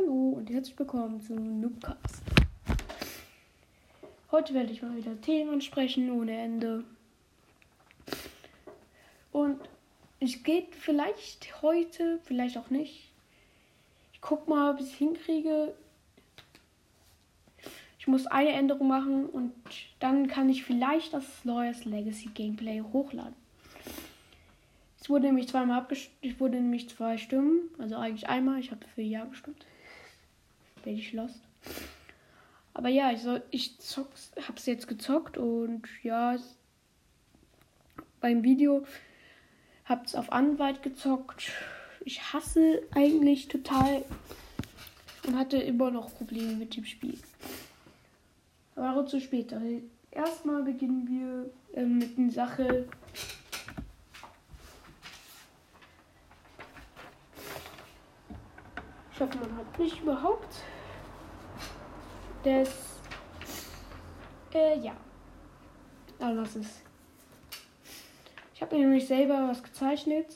Hallo und herzlich willkommen zu Noobcast. Heute werde ich mal wieder Themen sprechen ohne Ende. Und es geht vielleicht heute, vielleicht auch nicht. Ich guck mal, ob ich es hinkriege. Ich muss eine Änderung machen und dann kann ich vielleicht das Lawyers Legacy Gameplay hochladen. Es wurde nämlich zwei Stimmen, also eigentlich einmal. Ich habe für Ja gestimmt. Bin ich lost. Aber ja, hab's jetzt gezockt und ja, beim Video hab's auf Anwalt gezockt. Ich hasse eigentlich total und hatte immer noch Probleme mit dem Spiel. Aber dazu später. Erstmal beginnen wir mit einer Sache. Ich hoffe, man hat mich überhaupt. Ja. Also was ist? Ich habe nämlich selber was gezeichnet,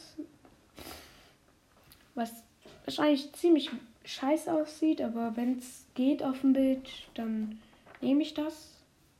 was wahrscheinlich ziemlich scheiße aussieht, aber wenn es geht auf dem Bild, dann nehme ich das.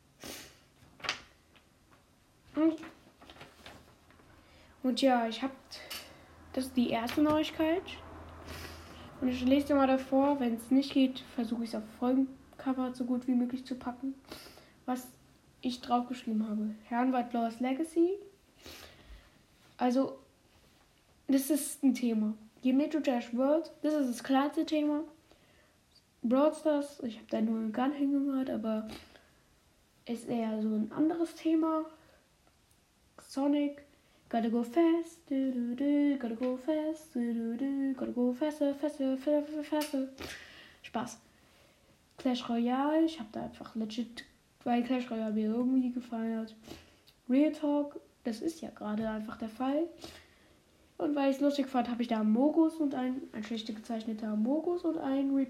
Und ja, das ist die erste Neuigkeit. Und ich lese dir mal davor, wenn es nicht geht, versuche ich es auf Folgencover so gut wie möglich zu packen, was ich draufgeschrieben habe. Herrenwald Lawyers Legacy. Also, das ist ein Thema. Geometry Dash World, das ist das kleinste Thema. Brawl Stars, ich habe da nur einen Gun hingemacht, aber ist eher so ein anderes Thema. Sonic. Gotta go fast, gotta go fast, gotta go faster, faster, faster, faster. Spaß. Clash Royale, ich habe da einfach legit, weil Clash Royale mir irgendwie gefallen hat. Real Talk, das ist ja gerade einfach der Fall. Und weil ich es lustig fand, habe ich da Amogus und ein schlecht gezeichneter Amogus und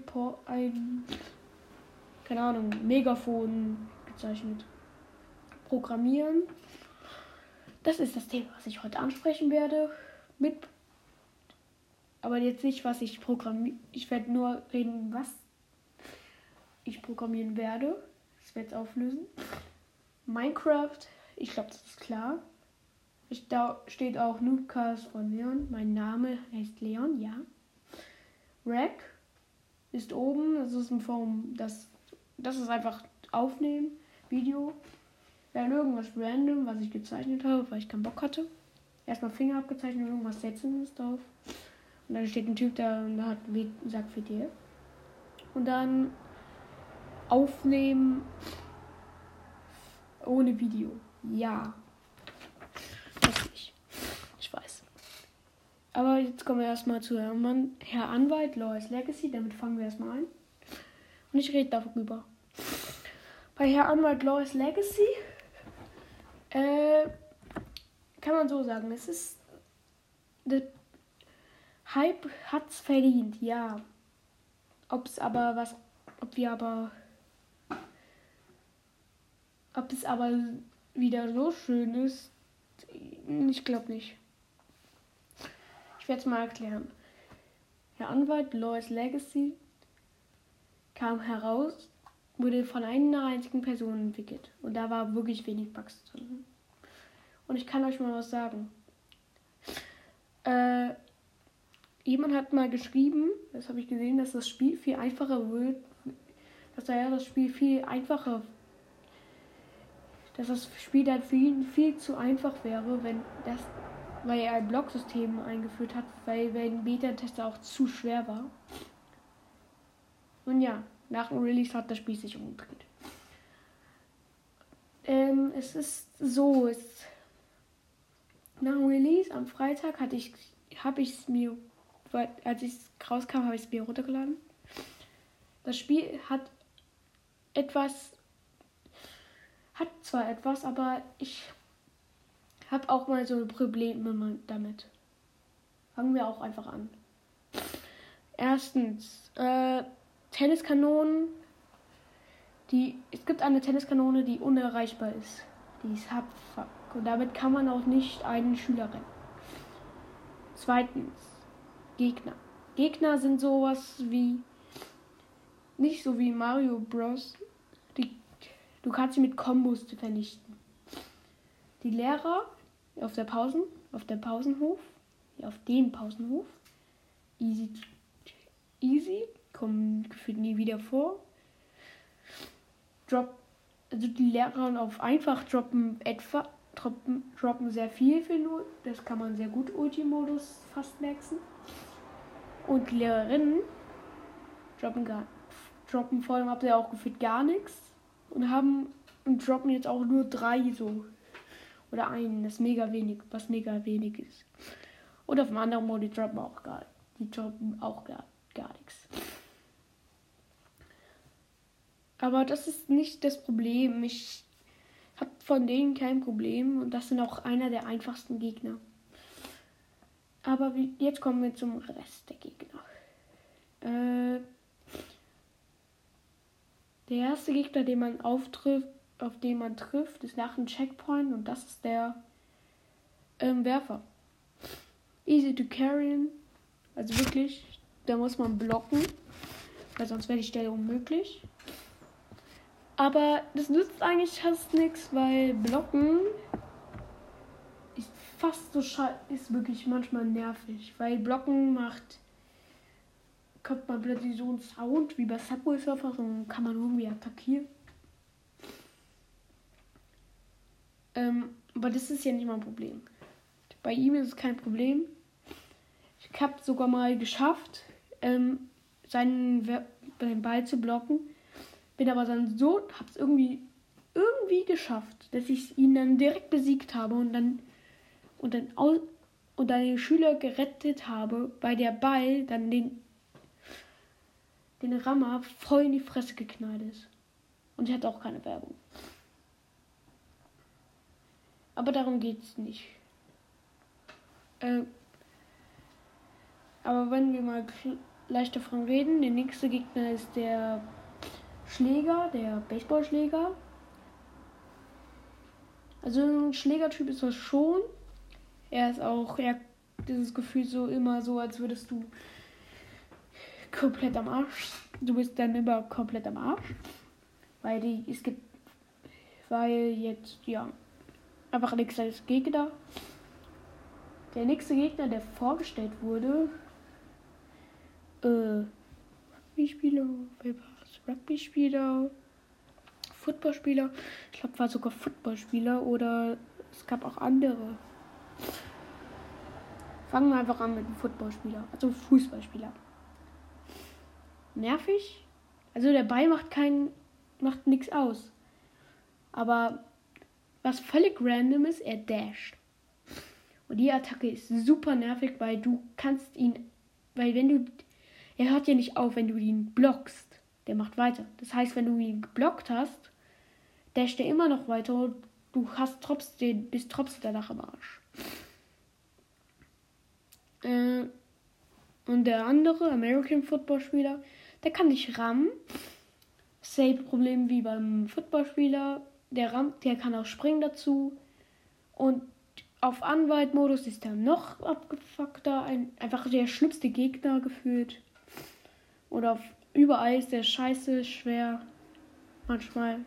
keine Ahnung, Megafon gezeichnet. Programmieren. Das ist das Thema, was ich heute ansprechen werde. Aber jetzt nicht, was ich programmiere. Ich werde nur reden, was ich programmieren werde. Das werde ich auflösen. Minecraft, ich glaube, das ist klar. Da steht auch Noobcast von Leon. Mein Name heißt Leon, ja. Rack ist oben. Das ist in Form, das ist einfach aufnehmen, Video. Dann irgendwas random, was ich gezeichnet habe, weil ich keinen Bock hatte. Erstmal Finger abgezeichnet und irgendwas setzen ist drauf. Und dann steht ein Typ da und sagt für dir. Und dann aufnehmen ohne Video. Ja. Hässlich. Ich weiß. Aber jetzt kommen wir erstmal zu Herr Anwalt, Lawyers Legacy. Damit fangen wir erstmal an. Und ich rede darüber. Bei Herr Anwalt, Lawyers Legacy kann man so sagen, der Hype hat's verdient, ja. Ob es aber wieder so schön ist, ich glaube nicht. Ich werde es mal erklären. Herr Anwalt, Lawyers Legacy kam heraus, wurde von einer einzigen Person entwickelt. Und da war wirklich wenig Bugs drin. Und ich kann euch mal was sagen. Jemand hat mal geschrieben, das habe ich gesehen, dass das Spiel viel einfacher wird. Dass das Spiel dann für ihn viel zu einfach wäre, weil er ein Blocksystem eingeführt hat, weil ein Beta-Tester auch zu schwer war. Und ja, nach dem Release hat das Spiel sich umgedreht. Es ist so, nach dem Release am Freitag als ich es rauskam, habe ich es mir runtergeladen. Das Spiel hat zwar etwas, aber ich habe auch mal so Probleme damit. Fangen wir auch einfach an. Erstens, Tenniskanonen. Es gibt eine Tenniskanone, die unerreichbar ist. Die ist Hubfuck. Und damit kann man auch nicht einen Schüler rennen. Zweitens, Gegner. Gegner sind sowas wie nicht so wie Mario Bros. Du kannst sie mit Kombos vernichten. Die Lehrer auf dem Pausenhof, easy, kommen gefühlt nie wieder vor. Also die Lehrer auf einfach droppen sehr viel für nur. Das kann man sehr gut Ulti-Modus fast maxen. Und die Lehrerinnen droppen vor allem habt ihr auch gefühlt gar nichts. Und droppen jetzt auch nur 3 so. Oder einen, was mega wenig ist. Und auf dem anderen Mode droppen auch gar nichts. Aber das ist nicht das Problem. Ich habe von denen kein Problem. Und das sind auch einer der einfachsten Gegner. Aber jetzt kommen wir zum Rest der Gegner. Der erste Gegner, auf den man trifft, ist nach dem Checkpoint und das ist der Werfer. Easy to carry. Also wirklich, da muss man blocken, weil sonst wäre die Stelle unmöglich. Aber das nützt eigentlich fast nichts, weil blocken ist fast so ist wirklich manchmal nervig, weil blocken kommt man plötzlich so ein Sound wie bei Subway Surfers und kann man irgendwie attackieren. Aber das ist ja nicht mein Problem. Bei ihm ist es kein Problem. Ich habe sogar mal geschafft, seinen Ball zu blocken. Bin aber dann hab's irgendwie geschafft, dass ich ihn dann direkt besiegt habe und dann den Schüler gerettet habe, weil der Ball dann den Rammer voll in die Fresse geknallt ist. Und ich hatte auch keine Werbung. Aber darum geht's nicht. Aber wenn wir mal gleich davon reden, der nächste Gegner ist der Schläger, der Baseballschläger. Also ein Schlägertyp ist das schon. Er ist auch, dieses Gefühl so immer so, als würdest du komplett am Arsch. Du bist dann immer komplett am Arsch. Weil einfach nichts als Gegner. Der nächste Gegner, der vorgestellt wurde, Rugby-Spieler, Footballspieler. Ich glaube, war sogar Footballspieler oder es gab auch andere. Fangen wir einfach an mit dem Footballspieler, also Fußballspieler. Nervig. Also der Ball macht nichts aus. Aber was völlig random ist, er dasht. Und die Attacke ist super nervig, weil er hört ja nicht auf, wenn du ihn blockst. Der macht weiter. Das heißt, wenn du ihn geblockt hast, dasht er immer noch weiter und du bist trotzdem danach am Arsch. Und der andere American Football Spieler, der kann dich rammen. Selbe Problem wie beim Footballspieler. Der kann auch springen dazu. Und auf Anwalt-Modus ist er noch abgefuckter. Einfach der schlimmste Gegner gefühlt. Oder überall ist der scheiße schwer. Manchmal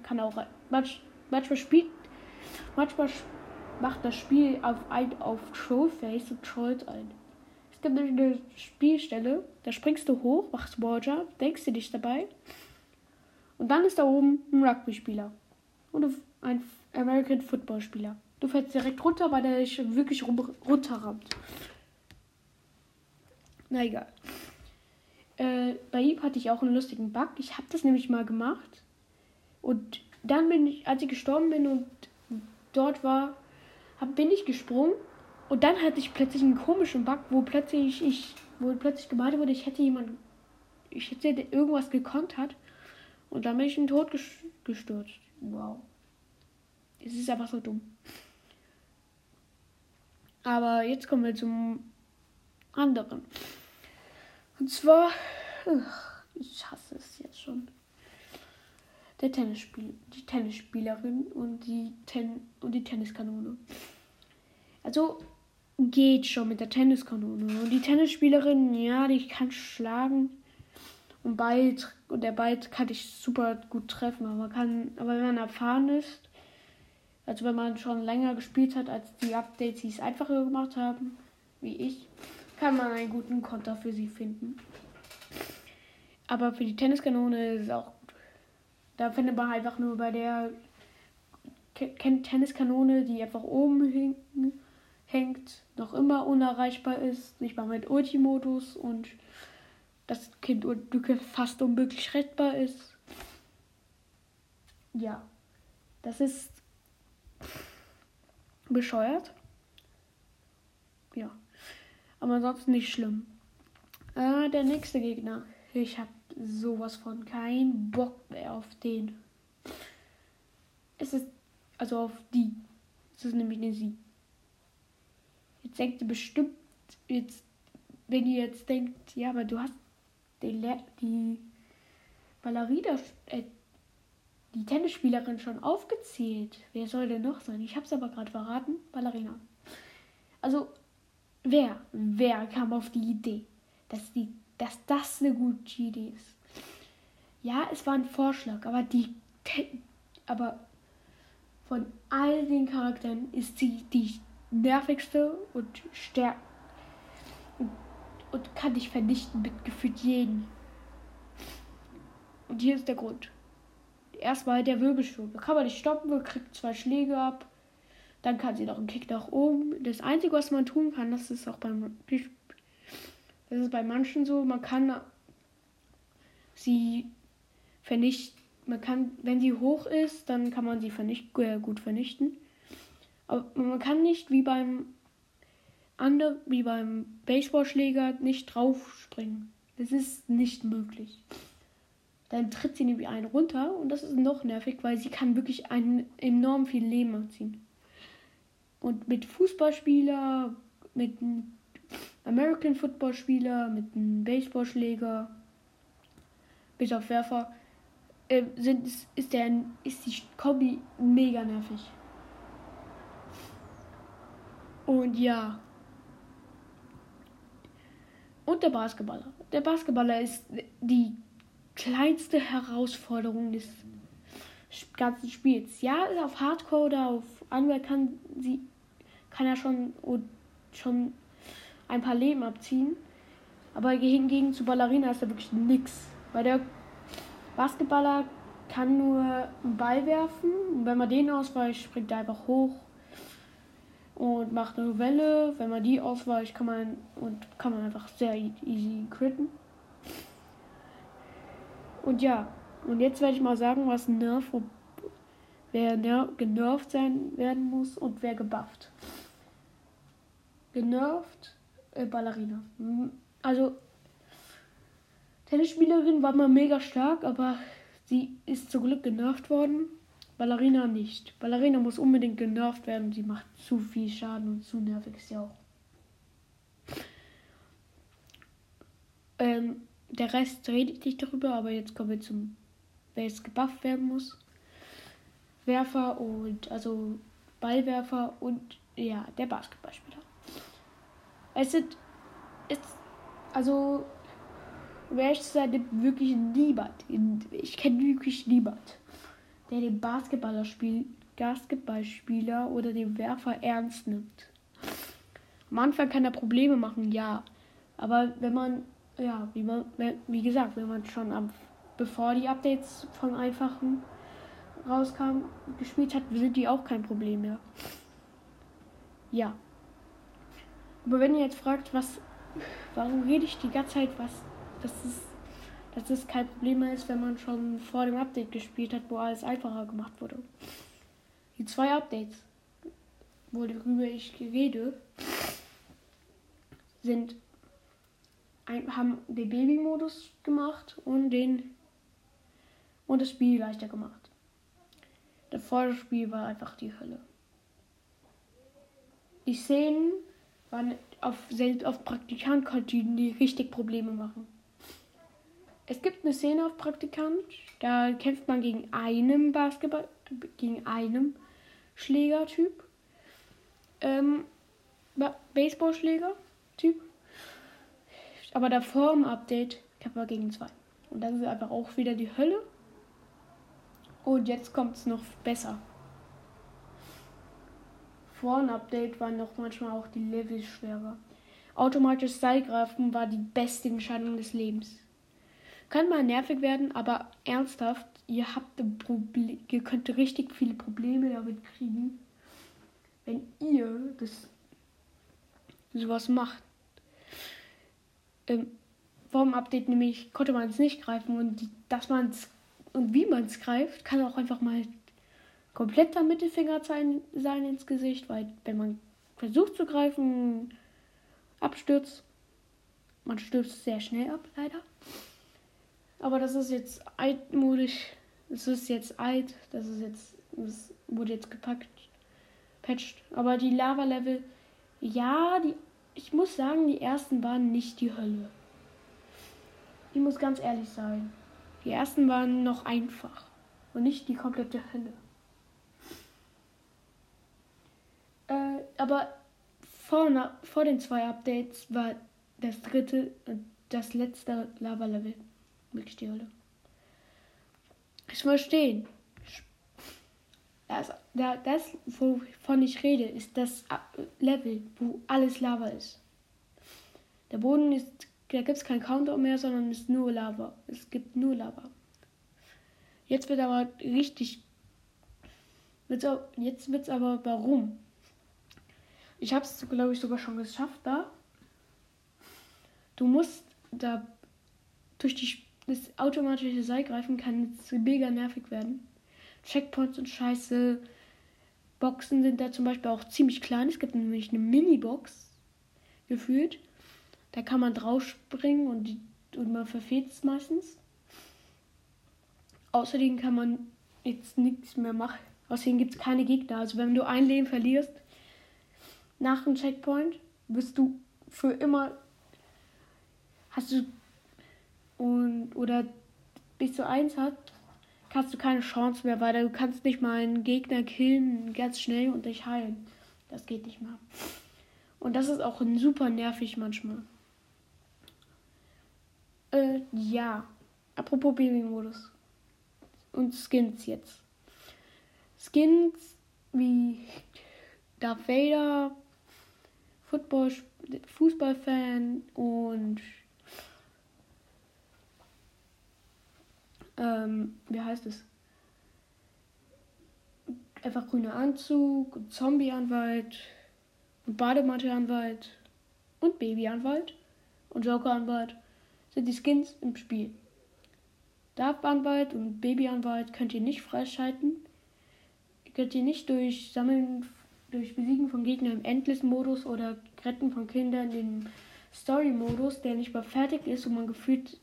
macht das Spiel auf Trollface und trollt ein. Es gibt nämlich eine Spielstelle, da springst du hoch, machst Walljump, denkst du dich dabei. Und dann ist da oben ein Rugby-Spieler. Und ein American Football-Spieler. Du fällst direkt runter, weil der dich wirklich runterrammt. Na egal. Bei ihm hatte ich auch einen lustigen Bug. Ich habe das nämlich mal gemacht. Und dann als ich gestorben bin und dort war, bin ich gesprungen. Und dann hatte ich plötzlich einen komischen Bug, wo plötzlich gemeint wurde, ich hätte irgendwas gekontert. Und dann bin ich in den Tod gestürzt. Wow. Es ist einfach so dumm. Aber jetzt kommen wir zum anderen. Und zwar, ich hasse es jetzt schon. Die Tennisspielerin und die Tenniskanone. Also geht schon mit der Tenniskanone. Und die Tennisspielerin, ja, die kann schlagen. Und der Ball kann ich super gut treffen. Aber wenn man erfahren ist, also wenn man schon länger gespielt hat, als die Updates, die es einfacher gemacht haben, wie ich, kann man einen guten Konter für sie finden. Aber für die Tenniskanone ist es auch gut. Da findet man einfach nur bei der Tenniskanone, die einfach oben hängt, noch immer unerreichbar ist, nicht mal mit Ulti-Modus und das Kind fast unmöglich rettbar ist. Ja, das ist bescheuert. Ja, aber ansonsten nicht schlimm. Der nächste Gegner. Ich habe sowas von keinen Bock mehr auf den. Es ist, also auf die. Es ist nämlich eine Sie. Jetzt denkt ihr bestimmt, wenn ihr jetzt denkt, ja, aber du hast die Ballerina, die Tennisspielerin schon aufgezählt. Wer soll denn noch sein? Ich habe es aber gerade verraten. Ballerina. Also, wer kam auf die Idee, dass das eine gute Idee ist? Ja, es war ein Vorschlag, aber von all den Charakteren ist sie die nervigste und stärkste und kann dich vernichten mit gefühlt jedem. Und hier ist der Grund. Erstmal der Wirbelsturm. Da kann man nicht stoppen, kriegt 2 Schläge ab. Dann kann sie noch einen Kick nach oben. Das Einzige, was man tun kann, das ist bei manchen so, man kann sie vernichten. Wenn sie hoch ist, dann kann man sie gut vernichten. Aber man kann nicht wie beim Baseballschläger nicht draufspringen. Das ist nicht möglich. Dann tritt sie nämlich einen runter und das ist noch nervig, weil sie kann wirklich enorm viel Leben anziehen. Und mit Fußballspieler, mit einem American Football Spieler, mit einem Baseballschläger, bis auf Werfer, ist die Kombi mega nervig. Und ja. Und der Basketballer. Der Basketballer ist die kleinste Herausforderung des ganzen Spiels. Ja, auf Hardcore oder auf Anwähl kann er schon ein paar Leben abziehen. Aber hingegen zu Ballerina ist da wirklich nix. Weil der Basketballer kann nur einen Ball werfen. Und wenn man den ausweicht, springt er einfach hoch und macht eine Welle. Wenn man die ausweicht, kann man einfach sehr easy critten. Und ja, und jetzt werde ich mal sagen, was wer genervt werden muss und wer gebufft. Genervt, Ballerina. Also, Tennisspielerin war mal mega stark, aber sie ist zum Glück genervt worden. Ballerina nicht. Ballerina muss unbedingt genervt werden. Sie macht zu viel Schaden und zu nervig ist sie auch. Der Rest redet nicht darüber, aber jetzt kommen wir zum, wer jetzt gebufft werden muss. Werfer also Ballwerfer und ja, der Basketballspieler. Also, wer ist sein, wirklich niemand. Ich kenne wirklich niemand, der den Basketballspieler oder den Werfer ernst nimmt. Am Anfang kann er Probleme machen, ja. Aber wenn man schon bevor die Updates von einfachen rauskamen, gespielt hat, sind die auch kein Problem mehr. Ja. Aber wenn ihr jetzt fragt, warum rede ich die ganze Zeit, dass es kein Problem mehr ist, wenn man schon vor dem Update gespielt hat, wo alles einfacher gemacht wurde. Die 2 Updates, worüber ich rede, haben den Baby-Modus gemacht und das Spiel leichter gemacht. Das Vorspiel war einfach die Hölle. Die Szenen waren selbst auf Praktikant konnten die richtig Probleme machen. Es gibt eine Szene auf Praktikant, da kämpft man gegen einen Schlägertyp. Baseballschläger-Typ. Aber davor im Update kämpft man gegen 2. Und das ist einfach auch wieder die Hölle. Und jetzt kommt es noch besser. Vor dem Update waren noch manchmal auch die Level schwerer. Automatisch Seilgreifen war die beste Entscheidung des Lebens. Kann mal nervig werden, aber ernsthaft, ihr könnt richtig viele Probleme damit kriegen, wenn ihr sowas macht. Vor dem Update nämlich konnte man es nicht greifen und wie man es greift, kann auch einfach mal kompletter Mittelfinger sein ins Gesicht, weil wenn man versucht zu greifen, abstürzt, man stürzt sehr schnell ab, leider. Aber das ist jetzt altmodisch, das wurde jetzt patcht. Aber die Lava-Level, ja, ich muss sagen, die ersten waren nicht die Hölle. Ich muss ganz ehrlich sein. Die ersten waren noch einfach und nicht die komplette Hölle. Aber vor den 2 Updates war das letzte Lava-Level wirklich die Hölle. Ich verstehe. Das, wovon ich rede, ist das Level, wo alles Lava ist. Der Boden ist, da gibt es keinen Countdown mehr, sondern ist nur Lava. Es gibt nur Lava. Jetzt wird aber warum? Ich habe es, glaube ich, sogar schon geschafft da. Du musst da durch das automatische Seilgreifen kann es mega nervig werden. Checkpoints und Scheiße. Boxen sind da zum Beispiel auch ziemlich klein. Es gibt nämlich eine Mini-Box gefühlt. Da kann man drauf springen und man verfehlt es meistens. Außerdem kann man jetzt nichts mehr machen. Außerdem gibt es keine Gegner. Also wenn du ein Leben verlierst nach dem Checkpoint, bist du für immer oder bis du 1 hast du keine Chance mehr, weil du kannst nicht mal einen Gegner killen ganz schnell und dich heilen. Das geht nicht mehr. Und das ist auch super nervig manchmal. Ja. Apropos Baby-Modus. Und Skins jetzt. Skins wie Darth Vader, Fußballfan und wie heißt es? Einfach grüner Anzug, und Zombie-Anwalt und Bademantel-Anwalt und Baby-Anwalt und Joker-Anwalt sind die Skins im Spiel. Darth-Anwalt und Baby-Anwalt könnt ihr nicht freischalten. Könnt ihr nicht durch Besiegen von Gegnern im Endless-Modus oder Retten von Kindern im Story-Modus, der nicht mal fertig ist und man gefühlt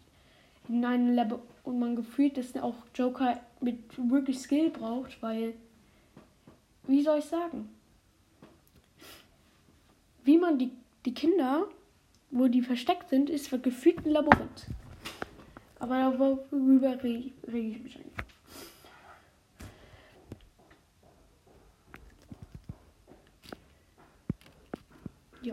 dass auch Joker mit wirklich Skill braucht, weil, wie soll ich sagen, wie man die Kinder, wo die versteckt sind, ist gefühlt ein Labyrinth. Aber darüber rege ich mich eigentlich. Ja.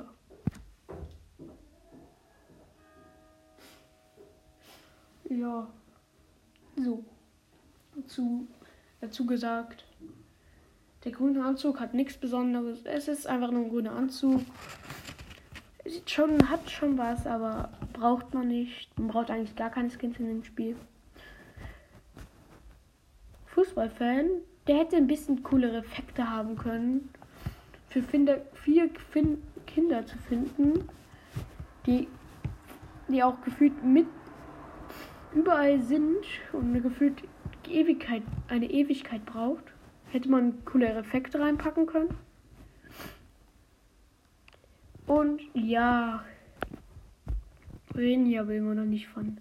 Ja. So. Dazu gesagt. Der grüne Anzug hat nichts Besonderes. Es ist einfach nur ein grüner Anzug. Hat schon was, aber braucht man nicht. Man braucht eigentlich gar keine Skins in dem Spiel. Fußballfan, der hätte ein bisschen coolere Effekte haben können. Für Kinder zu finden, die auch gefühlt mit überall sind und eine Ewigkeit braucht. Hätte man coolere Effekte reinpacken können. Und ja, reden hier aber immer noch nicht von.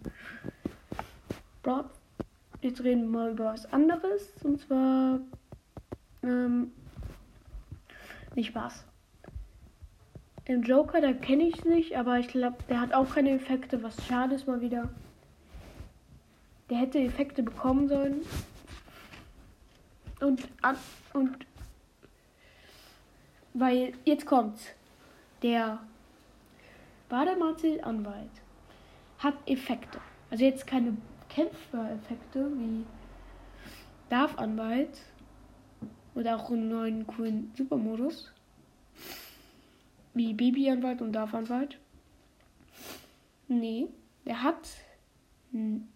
Jetzt reden wir mal über was anderes. Und zwar, nicht Spaß. Im Joker, da kenne ich es nicht, aber ich glaube, der hat auch keine Effekte, was schade ist mal wieder. Der hätte Effekte bekommen sollen. Und weil jetzt kommt's. Der Bademantel-Anwalt hat Effekte. Also jetzt keine Kämpfereffekte wie Darf-Anwalt oder auch einen neuen coolen Supermodus wie Baby-Anwalt und Darf-Anwalt. Nee, der hat eine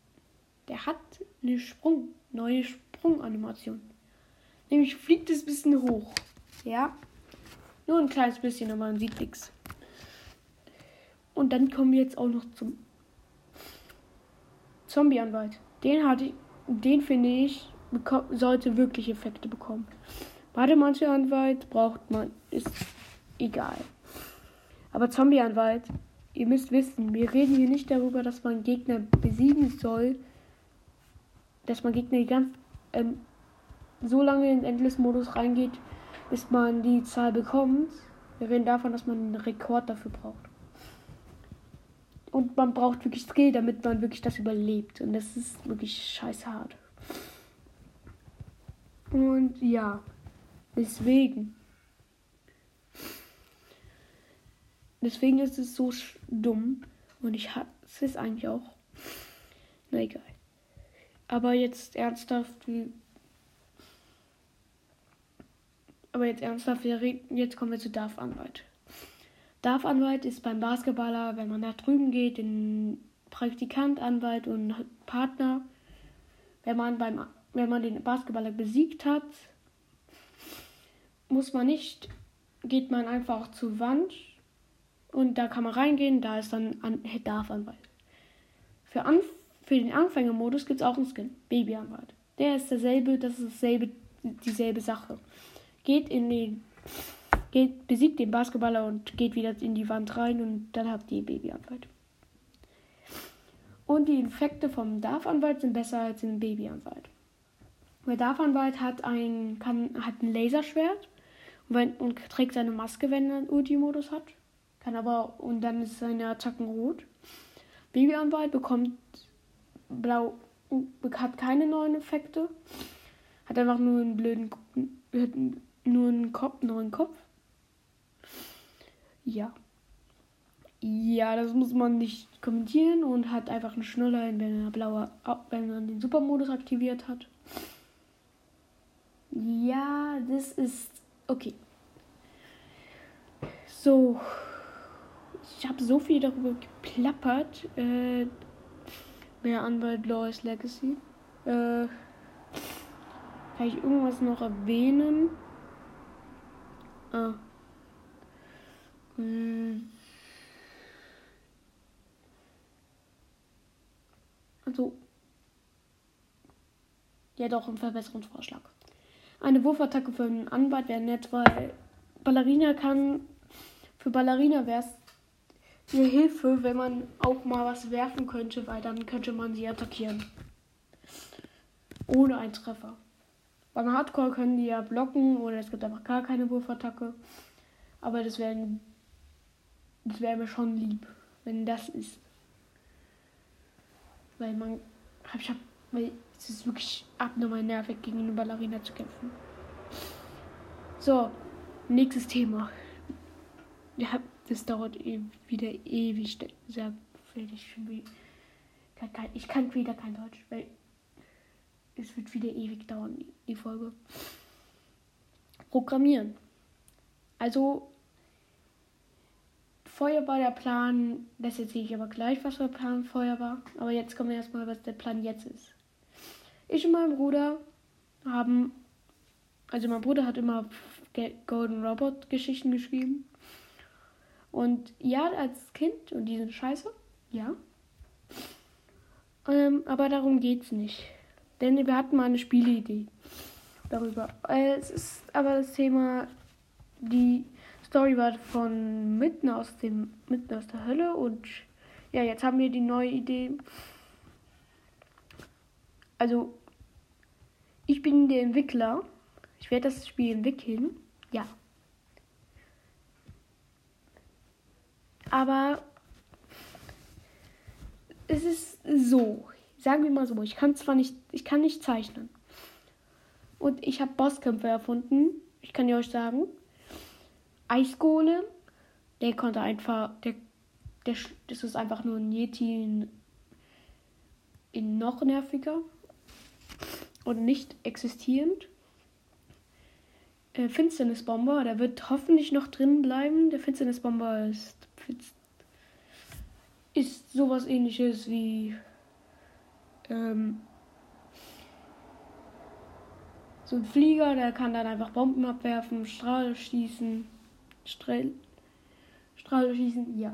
neue Sprunganimation. Nämlich fliegt es ein bisschen hoch. Ja, nur ein kleines bisschen, aber man sieht nichts. Und dann kommen wir jetzt auch noch zum Zombie-Anwalt. Den finde ich, sollte wirklich Effekte bekommen. Bademantel-Anwalt braucht man, ist egal. Aber Zombie-Anwalt, ihr müsst wissen, wir reden hier nicht darüber, dass man Gegner besiegen soll, dass man Gegner ganz so lange in den Endless-Modus reingeht, bis man die Zahl bekommt. Wir reden davon, dass man einen Rekord dafür braucht. Und man braucht wirklich Skill, damit man wirklich das überlebt. Und das ist wirklich scheiß hart. Und ja, deswegen ist es so dumm. Und ich hasse es eigentlich auch. Na egal. Aber jetzt ernsthaft, jetzt kommen wir zu Darf-Anwalt. Darf-Anwalt ist beim Basketballer, wenn man da drüben geht, den Praktikant-Anwalt und Partner. Wenn man den Basketballer besiegt hat, geht man einfach zur Wand und da kann man reingehen, da ist dann Darf-Anwalt. Für den Anfängermodus gibt es auch einen Skin, Baby-Anwalt. Der ist dieselbe Sache. Besiegt den Basketballer und geht wieder in die Wand rein und dann habt ihr Baby-Anwalt. Und die Effekte vom Darf-Anwalt sind besser als im Baby-Anwalt. Der Darf-Anwalt hat ein Laserschwert und trägt seine Maske, wenn er einen Ulti-Modus hat. Und dann ist seine Attacken rot. Baby-Anwalt bekommt blau, hat keine neuen Effekte. Hat einfach nur einen neuen Kopf. Ja. Ja, das muss man nicht kommentieren und hat einfach einen Schnuller, wenn man den Supermodus aktiviert hat. Ja, das ist okay. So. Ich habe so viel darüber geplappert. Mehr Anwalt Lois Legacy. Kann ich irgendwas noch erwähnen? Also. Ja, doch, ein Verbesserungsvorschlag. Eine Wurfattacke für einen Anwalt wäre nett, weil für Ballerina wäre es eine Hilfe, wenn man auch mal was werfen könnte, weil dann könnte man sie attackieren. Ohne einen Treffer. Beim Hardcore können die ja blocken oder es gibt einfach gar keine Wurfattacke. Aber das wäre mir schon lieb, wenn das ist. Weil es ist wirklich abnormal nervig, gegen eine Ballerina zu kämpfen. So, nächstes Thema. Ja, das dauert wieder ewig. Ich kann wieder kein Deutsch, weil es wird wieder ewig dauern, die Folge. Programmieren. Also, vorher war der Plan, das erzähle ich aber gleich, was der Plan vorher war. Aber jetzt kommen wir erstmal, was der Plan jetzt ist. Ich und mein Bruder mein Bruder hat immer Golden Robot Geschichten geschrieben. Und ja, als Kind, und die sind scheiße, ja. Aber darum geht's nicht. Denn wir hatten mal eine Spieleidee darüber. Es ist aber das Thema, die Story war von mitten aus der Hölle und ja, jetzt haben wir die neue Idee. Also, ich bin der Entwickler. Ich werde das Spiel entwickeln. Ja. Aber es ist so. Sagen wir mal so, ich kann nicht zeichnen. Und ich habe Bosskämpfe erfunden. Ich kann euch sagen. Eisgolem, der konnte einfach, das ist einfach nur ein Yeti in noch nerviger und nicht existierend. Finsternisbomber, der wird hoffentlich noch drin bleiben. Der Finsternisbomber ist sowas ähnliches wie so ein Flieger, der kann dann einfach Bomben abwerfen, Strahl schießen, ja.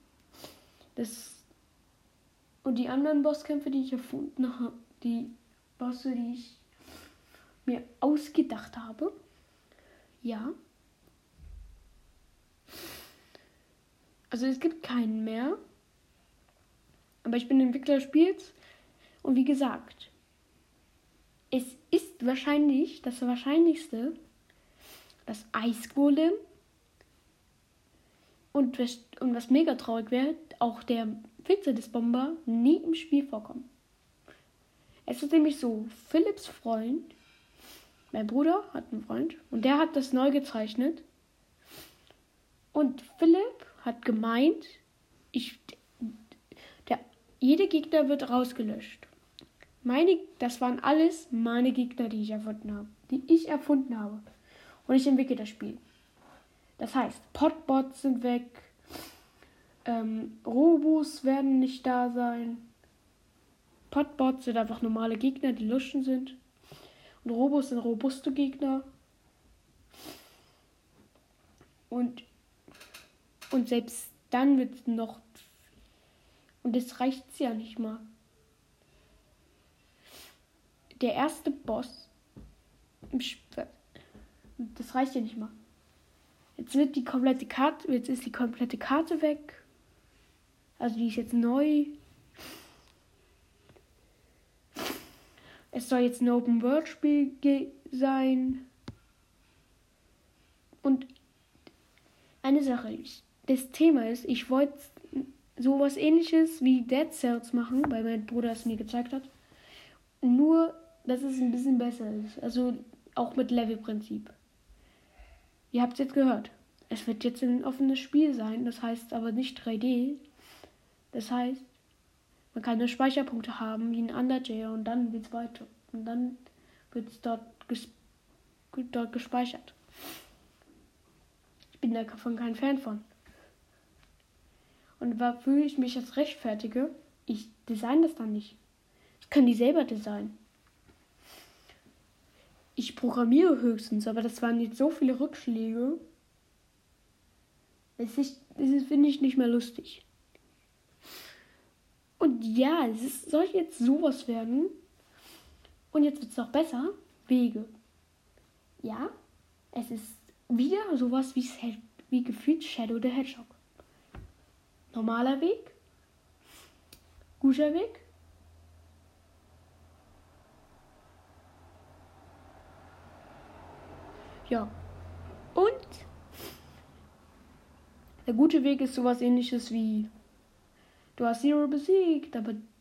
Und die anderen Bosskämpfe, die ich erfunden habe, die Bosse, die ich mir ausgedacht habe, ja. Also es gibt keinen mehr. Aber ich bin Entwickler des Spiels. Und wie gesagt, es ist wahrscheinlich das Wahrscheinlichste, dass Eisgolem und was mega traurig wäre, auch der Finsternisbomber nie im Spiel vorkommen. Es ist nämlich so, Philipps Freund, mein Bruder hat einen Freund und der hat das neu gezeichnet. Und Philipp hat gemeint, jeder Gegner wird rausgelöscht. Das waren alles meine Gegner, die ich erfunden habe. Und ich entwickle das Spiel. Das heißt, Podbots sind weg, Robos werden nicht da sein. Podbots sind einfach normale Gegner, die Luschen sind. Und Robos sind robuste Gegner. Und selbst dann wird es noch... Und das reicht ja nicht mal. Der erste Boss das reicht ja nicht mal. Jetzt ist die komplette Karte weg. Also die ist jetzt neu. Es soll jetzt ein Open-World-Spiel sein. Und eine Sache, das Thema ist, ich wollte sowas ähnliches wie Dead Cells machen, weil mein Bruder es mir gezeigt hat. Nur, dass es ein bisschen besser ist. Also auch mit Levelprinzip. Ihr habt es jetzt gehört. Es wird jetzt ein offenes Spiel sein. Das heißt aber nicht 3D. Das heißt, man kann nur Speicherpunkte haben, wie ein Undertale. Und dann geht's weiter. Und dann wird es dort gespeichert. Ich bin davon kein Fan von. Und wofür ich mich jetzt rechtfertige, ich design das dann nicht. Das können die selber designen. Ich programmiere höchstens, aber das waren jetzt so viele Rückschläge. Das finde ich nicht mehr lustig. Und ja, soll jetzt sowas werden. Und jetzt wird es noch besser. Wege. Ja, es ist wieder sowas wie gefühlt Shadow the Hedgehog. Normaler Weg. Guter Weg. Ja. Und der gute Weg ist sowas ähnliches wie du hast Zero besiegt,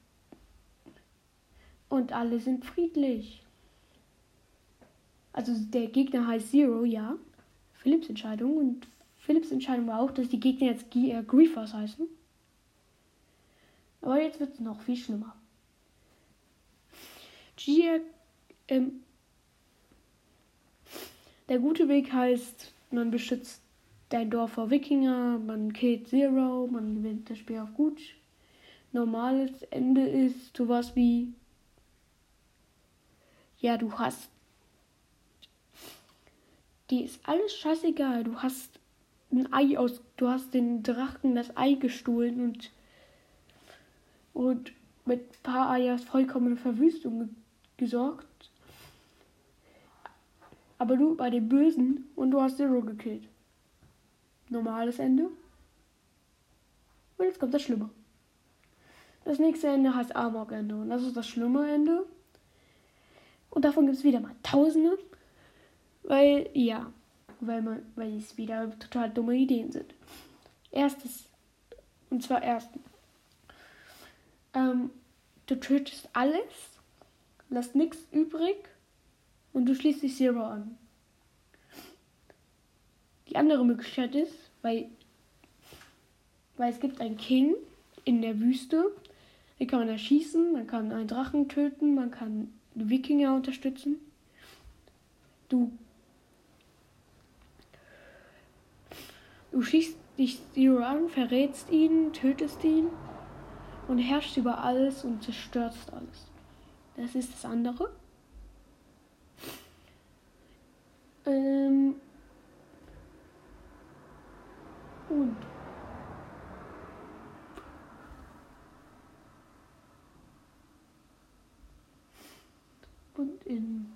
und alle sind friedlich. Also der Gegner heißt Zero, ja. Philipps Entscheidung. Und Philipps Entscheidung war auch, dass die Gegner jetzt Griefers heißen. Aber jetzt wird es noch viel schlimmer. Der gute Weg heißt, man beschützt dein Dorf vor Wikinger, man killt Zero, man gewinnt das Spiel auf gut. Normales Ende ist sowas wie, ja, die ist alles scheißegal, du hast den Drachen das Ei gestohlen und mit ein paar Eier vollkommene Verwüstung gesorgt. Aber du bei den Bösen und du hast Zero gekillt. Normales Ende. Und jetzt kommt das Schlimme. Das nächste Ende heißt Amok-Ende. Und das ist das schlimme Ende. Und davon gibt es wieder mal Tausende. Weil es wieder total dumme Ideen sind. Erstens. Du tötest alles, lässt nichts übrig und du schließt dich Zero an. Die andere Möglichkeit ist, weil es gibt einen King in der Wüste, Die kann man erschießen, man kann einen Drachen töten, man kann die Wikinger unterstützen. Du schießt dich Zero an, verrätst ihn, tötest ihn und herrschst über alles und zerstörst alles. Das ist das andere. Und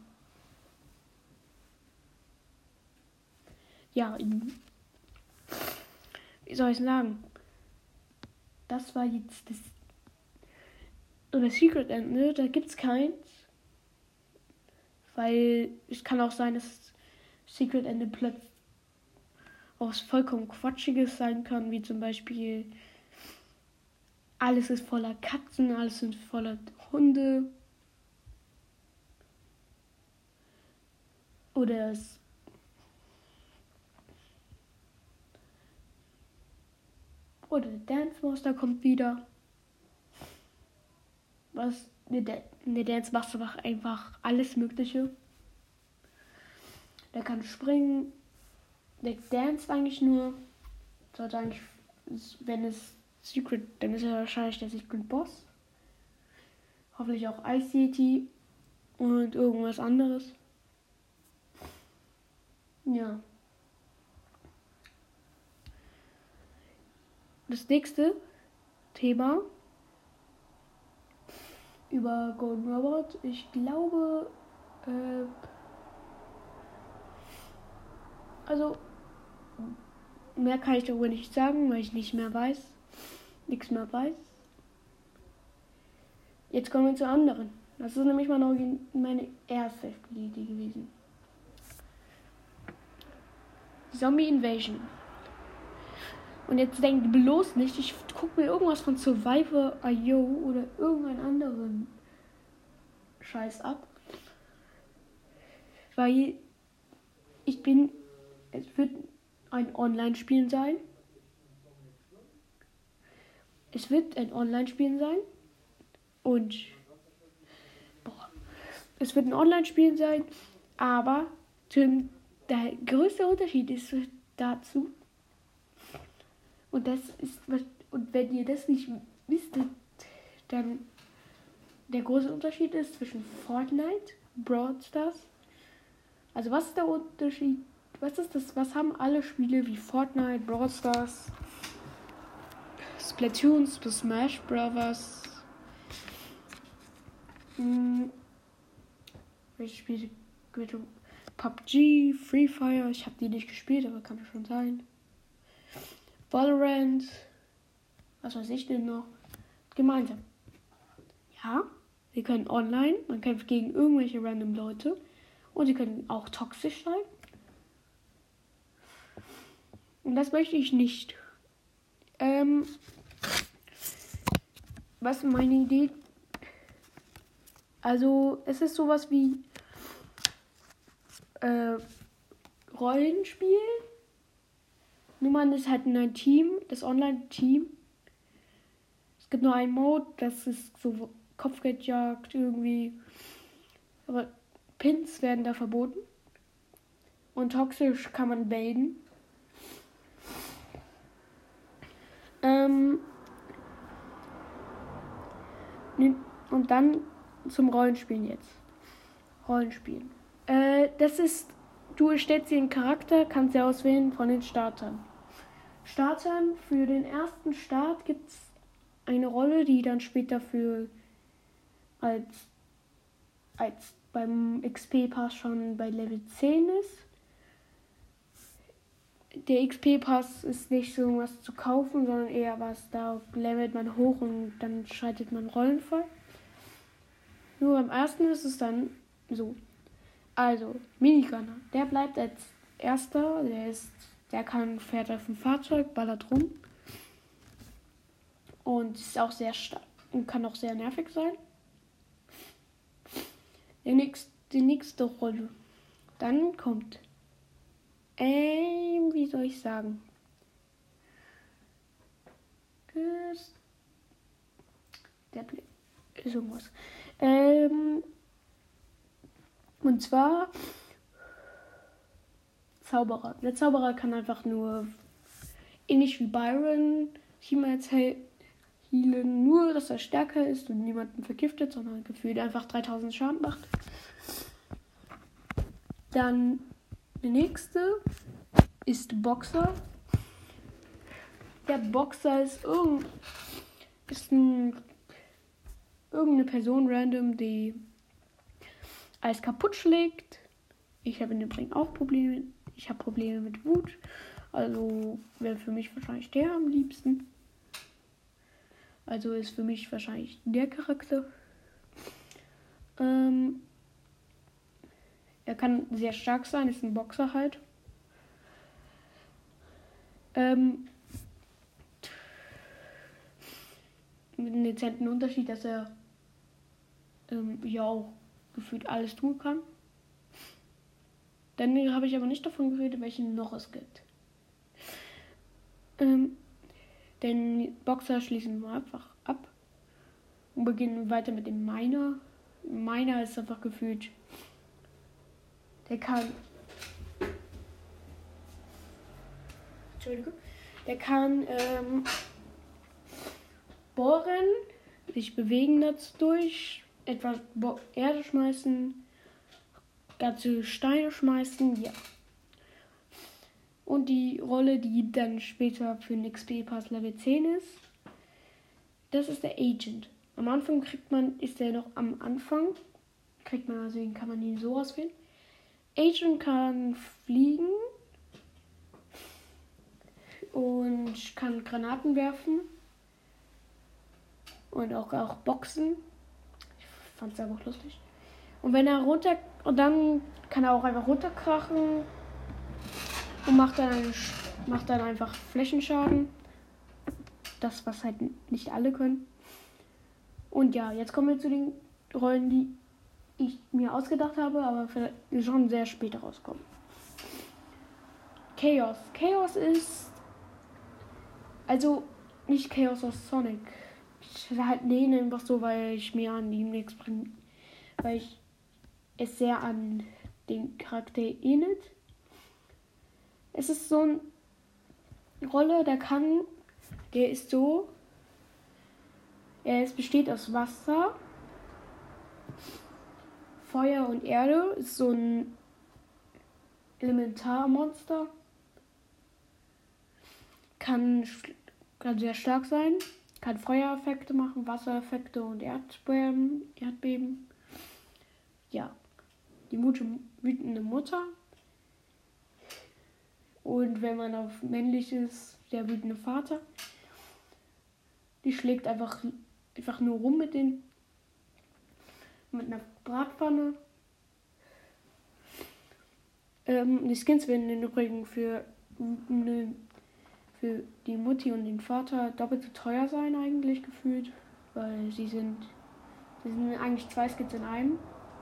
wie soll ich sagen? Das war jetzt das. Oder Secret End, ne? Da gibt's keins. Weil es kann auch sein, dass Secret Ende plötzlich auch was vollkommen Quatschiges sein kann, wie zum Beispiel alles ist voller Katzen, alles sind voller Hunde. Oder der Dance Master kommt wieder. Der Dance Master macht einfach alles Mögliche. Der kann springen. Der Dance eigentlich nur. Sollte eigentlich, wenn es Secret, dann ist er wahrscheinlich der Secret Boss. Hoffentlich auch Ice Yeti und irgendwas anderes. Ja. Das nächste Thema über Golden Robot. Ich glaube, also mehr kann ich darüber nicht sagen, weil ich nichts mehr weiß. Jetzt kommen wir zu anderen. Das ist nämlich meine erste Idee gewesen. Zombie Invasion. Und jetzt denkt bloß nicht, ich gucke mir irgendwas von Survivor.io oder irgendeinen anderen Scheiß ab. Weil es wird ein Online-Spiel sein. Und es wird ein Online-Spiel sein, aber der größte Unterschied ist dazu, und wenn ihr das nicht wisst, dann der große Unterschied ist zwischen Fortnite, Brawl Stars. Also was ist der Unterschied? Was haben alle Spiele wie Fortnite, Brawl Stars, Splatoon, Smash Brothers? Welche Spiele? PUBG, Free Fire, ich habe die nicht gespielt, aber kann schon sein. Valorant, was weiß ich denn noch? Gemeinsam. Ja, sie können online, man kämpft gegen irgendwelche random Leute und sie können auch toxisch sein. Und das möchte ich nicht. Was ist meine Idee? Also, es ist sowas wie Rollenspiel. Nur man ist halt in ein Team, das Online-Team. Es gibt nur einen Mode, das ist so Kopfgeldjagd irgendwie. Aber Pins werden da verboten. Und toxisch kann man melden. Und dann zum Rollenspielen jetzt. Rollenspielen. Das ist, du erstellst dir einen Charakter, kannst dir auswählen von den Startern. Für den ersten Start gibt es eine Rolle, die dann später als beim XP-Pass schon bei Level 10 ist. Der XP-Pass ist nicht so was zu kaufen, sondern eher was, da levelt man hoch und dann schaltet man Rollen frei. Nur beim ersten ist es dann so. Also, Minigunner, der bleibt als erster, fährt auf dem Fahrzeug, ballert rum. Und ist auch sehr stark und kann auch sehr nervig sein. Die nächste Rolle. Dann kommt, wie soll ich sagen? Gameplay. Ist irgendwas. Und zwar Zauberer. Der Zauberer kann einfach nur ähnlich wie Byron Teammates healen, nur dass er stärker ist und niemanden vergiftet, sondern gefühlt einfach 3000 Schaden macht. Dann der nächste ist Boxer. Der Boxer ist irgendeine Person random, die alles kaputt schlägt. Ich habe in dem Ring auch Probleme. Ich habe Probleme mit Wut. Also wäre für mich wahrscheinlich der am liebsten. Also ist für mich wahrscheinlich der Charakter. Er kann sehr stark sein, ist ein Boxer halt. Mit einem dezenten Unterschied, dass er ja auch gefühlt alles tun kann. Dann habe ich aber nicht davon geredet, welchen noch es gibt. Den Boxer schließen wir einfach ab und beginnen weiter mit dem Miner. Miner ist einfach gefühlt, der kann bohren, sich bewegen dadurch, etwas Erde schmeißen, ganze Steine schmeißen, ja. Und die Rolle, die dann später für den XP-Pass Level 10 ist, das ist der Agent. Am Anfang ist der noch am Anfang, deswegen kann man ihn so auswählen. Agent kann fliegen und kann Granaten werfen und auch boxen. Ich fand es einfach lustig. Und dann kann er auch einfach runterkrachen und macht dann einfach Flächenschaden. Das, was halt nicht alle können. Und ja, jetzt kommen wir zu den Rollen, die ich mir ausgedacht habe, aber schon sehr spät rauskommen. Chaos. Chaos ist also nicht Chaos aus Sonic. Ich halt nenne einfach so, weil ich mir an ihm nichts bringe. Weil ich es sehr an den Charakter ähnelt. Es ist so eine Rolle, der ist so, es besteht aus Wasser, Feuer und Erde, ist so ein Elementarmonster, kann sehr stark sein, kann Feuereffekte machen, Wassereffekte und Erdbeben. Ja, die wütende Mutter. Und wenn man auf männlich ist, der wütende Vater. Die schlägt einfach nur rum mit einer Bratpfanne. Die Skins werden im Übrigen für die Mutti und den Vater doppelt so teuer sein eigentlich gefühlt. Weil sie sind eigentlich 2 Skins in einem.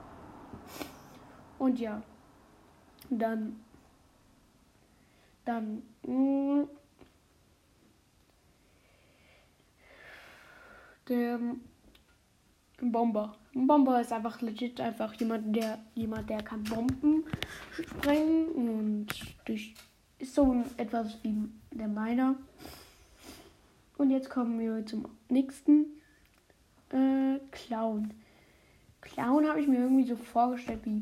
Und ja, dann der Bomber. Ein Bomber ist einfach legit einfach jemand, der kann Bomben sprengen und ist so etwas wie der Miner. Und jetzt kommen wir zum nächsten Clown. Clown habe ich mir irgendwie so vorgestellt, wie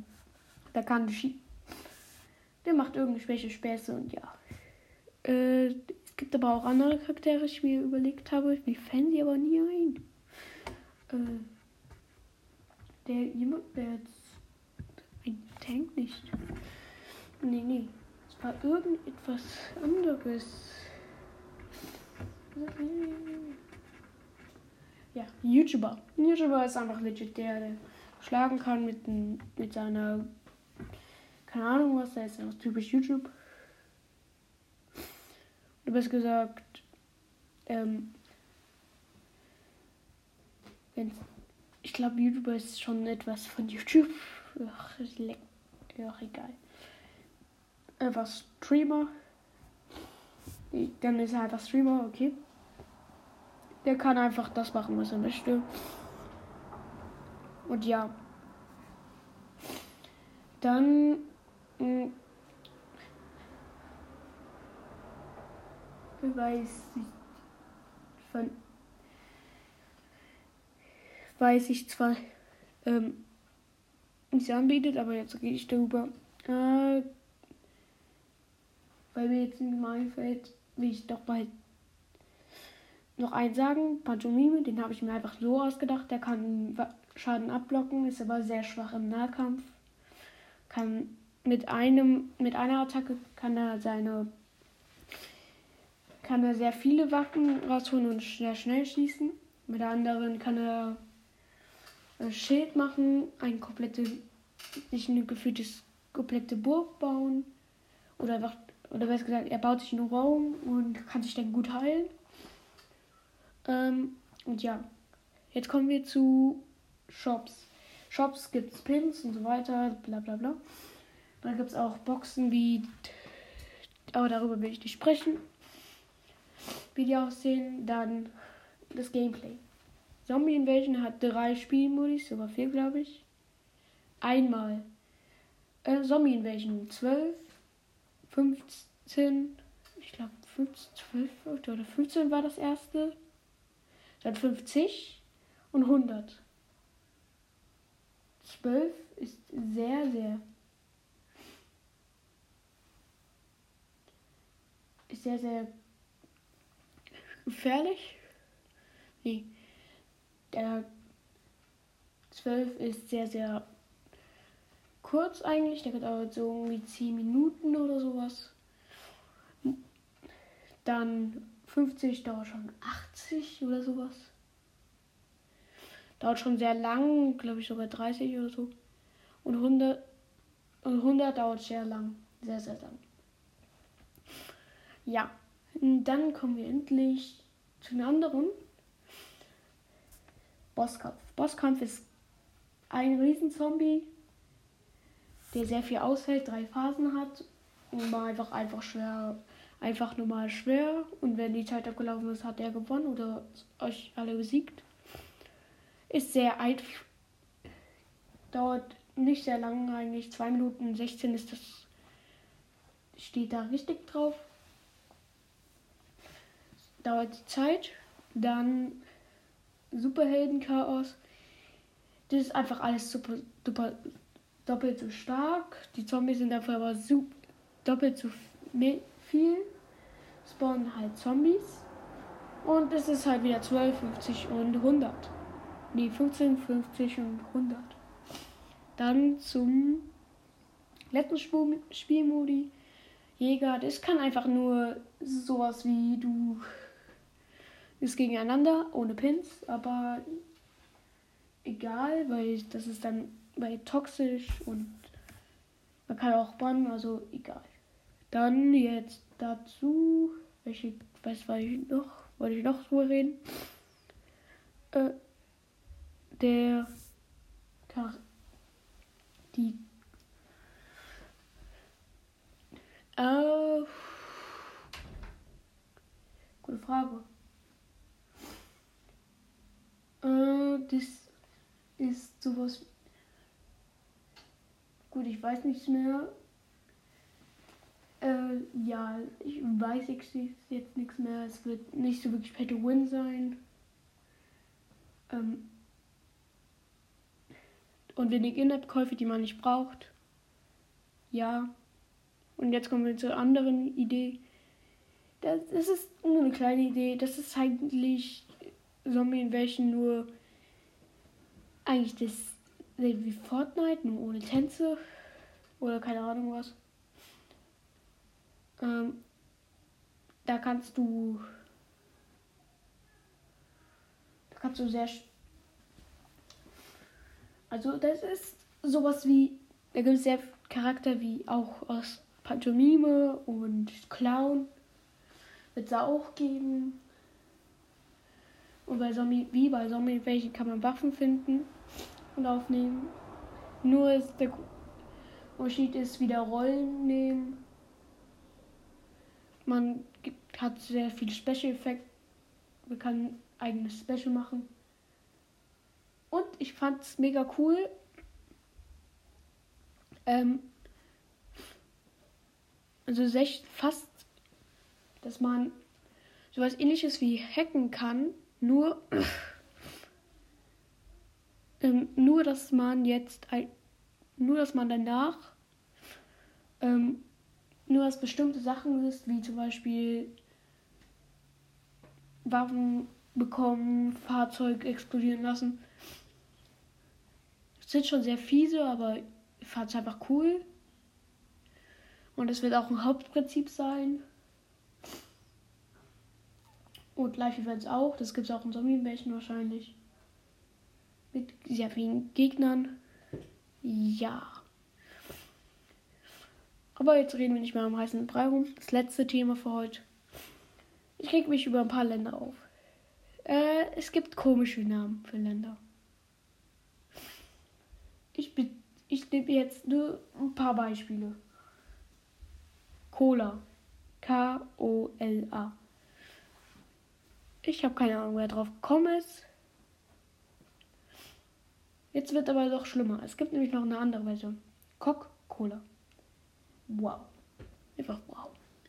der macht irgendwelche Späße und ja. Es gibt aber auch andere Charaktere, die ich mir überlegt habe. Mir fallen sie aber nie ein. Der jetzt ein Tank nicht. Nee. Es war irgendetwas anderes. Ja, YouTuber. YouTuber ist einfach legit der schlagen kann mit seiner, keine Ahnung was, der ist einfach typisch YouTube. Du bist gesagt, ich glaube, YouTuber ist schon etwas von YouTube. Ach, egal. Einfach Streamer. Dann ist er einfach Streamer, okay. Der kann einfach das machen, was er möchte. Und ja. Dann weiß ich zwar nicht anbietet, aber jetzt rede ich darüber. Weil mir jetzt nicht mal einfällt, will ich doch bald noch einen sagen. Pantomime, den habe ich mir einfach so ausgedacht. Der kann Schaden abblocken, ist aber sehr schwach im Nahkampf. Kann mit einer Attacke kann er sehr viele Waffen rausholen und sehr schnell schießen. Mit der anderen kann er ein Schild machen, sich eine komplette Burg bauen. Oder besser gesagt, er baut sich einen Raum und kann sich dann gut heilen. Und ja, jetzt kommen wir zu Shops. Shops gibt es Pins und so weiter, bla bla bla. Dann gibt es auch Boxen aber darüber will ich nicht sprechen, wie die aussehen. Dann das Gameplay. Zombie Invasion hat 3 Spielmodis, sogar 4 glaube ich. Einmal Zombie Invasion 12, 15, ich glaube 12 oder 15 war das erste. Dann 50 und 100. 12 ist sehr, sehr gefährlich. Nee. Der 12 ist sehr, sehr kurz eigentlich. Der dauert so irgendwie 10 Minuten oder sowas. Dann 50 dauert schon 80 oder sowas. Dauert schon sehr lang, glaube ich sogar 30 oder so. Und 100 dauert sehr lang. Sehr, sehr lang. Ja, und dann kommen wir endlich zu einem anderen. Bosskampf. Bosskampf ist ein Riesenzombie, der sehr viel aushält, 3 Phasen hat und war einfach schwer, einfach normal schwer. Und wenn die Zeit abgelaufen ist, hat er gewonnen oder euch alle besiegt. Ist sehr einfach, dauert nicht sehr lange eigentlich, 2 Minuten 16 ist das, steht da richtig drauf. Dauert die Zeit. Dann Superhelden-Chaos. Das ist einfach alles super doppelt so stark. Die Zombies sind dafür aber doppelt so viel. Spawnen halt Zombies. Und es ist halt wieder 12, 50 und 100. Nee, 15, 50 und 100. Dann zum letzten Spielmodi. Jäger. Das kann einfach nur sowas wie du ist gegeneinander, ohne Pins, aber egal, weil das ist dann bei toxisch und man kann auch bannen, also egal. Dann jetzt dazu, wollte ich noch drüber reden? Gute Frage. Das ist sowas. Gut, ich weiß nichts mehr. Ja, ich weiß jetzt nichts mehr. Es wird nicht so wirklich Pay to Win sein. Und wenig In-App-Käufe, die man nicht braucht. Ja. Und jetzt kommen wir zur anderen Idee. Das ist nur eine kleine Idee. Das ist eigentlich Zombie Invasion nur eigentlich das wie Fortnite, nur ohne Tänze. Oder keine Ahnung was. Da kannst du sehr. Also das ist sowas wie, da gibt es sehr Charakter wie auch aus Pantomime und Clown. Wird es auch geben. Und bei Zombie Invasion kann man Waffen finden und aufnehmen. Nur ist der Unterschied ist wieder Rollen nehmen. Man hat sehr viele Special Effekte. Man kann eigenes Special machen. Und ich fand es mega cool. Also fast, dass man sowas ähnliches wie hacken kann, nur dass man danach nur dass bestimmte Sachen ist, wie zum Beispiel Waffen bekommen, Fahrzeug explodieren lassen. Das sind schon sehr fiese, aber ich fand es einfach cool. Und es wird auch ein Hauptprinzip sein. Und Live Events auch. Das gibt es auch in Zombie-Märchen wahrscheinlich. Mit sehr vielen Gegnern. Ja. Aber jetzt reden wir nicht mehr am heißen Brei rum. Das letzte Thema für heute. Ich reg mich über ein paar Länder auf. Es gibt komische Namen für Länder. Ich nehme jetzt nur ein paar Beispiele. Cola. Kola. Ich habe keine Ahnung, wer drauf gekommen ist. Jetzt wird aber doch schlimmer. Es gibt nämlich noch eine andere Version. Coca-Cola. Wow. Einfach wow.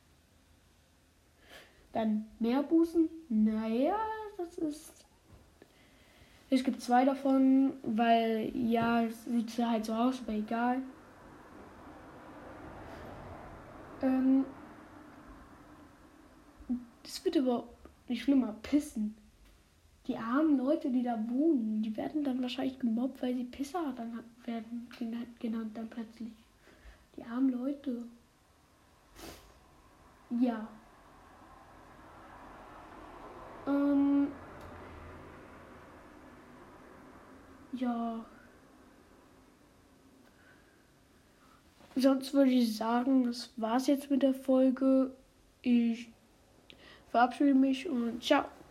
Dann Meerbusen. Naja, es gibt 2 davon, weil ja, es sieht halt so aus, aber egal. Das wird überhaupt nicht schlimmer. Pissen. Die armen Leute, die da wohnen, die werden dann wahrscheinlich gemobbt, weil sie Pisser dann werden genannt dann plötzlich. Die armen Leute. Ja. Ja. Sonst würde ich sagen, das war's jetzt mit der Folge. Ich verabschiede mich und ciao.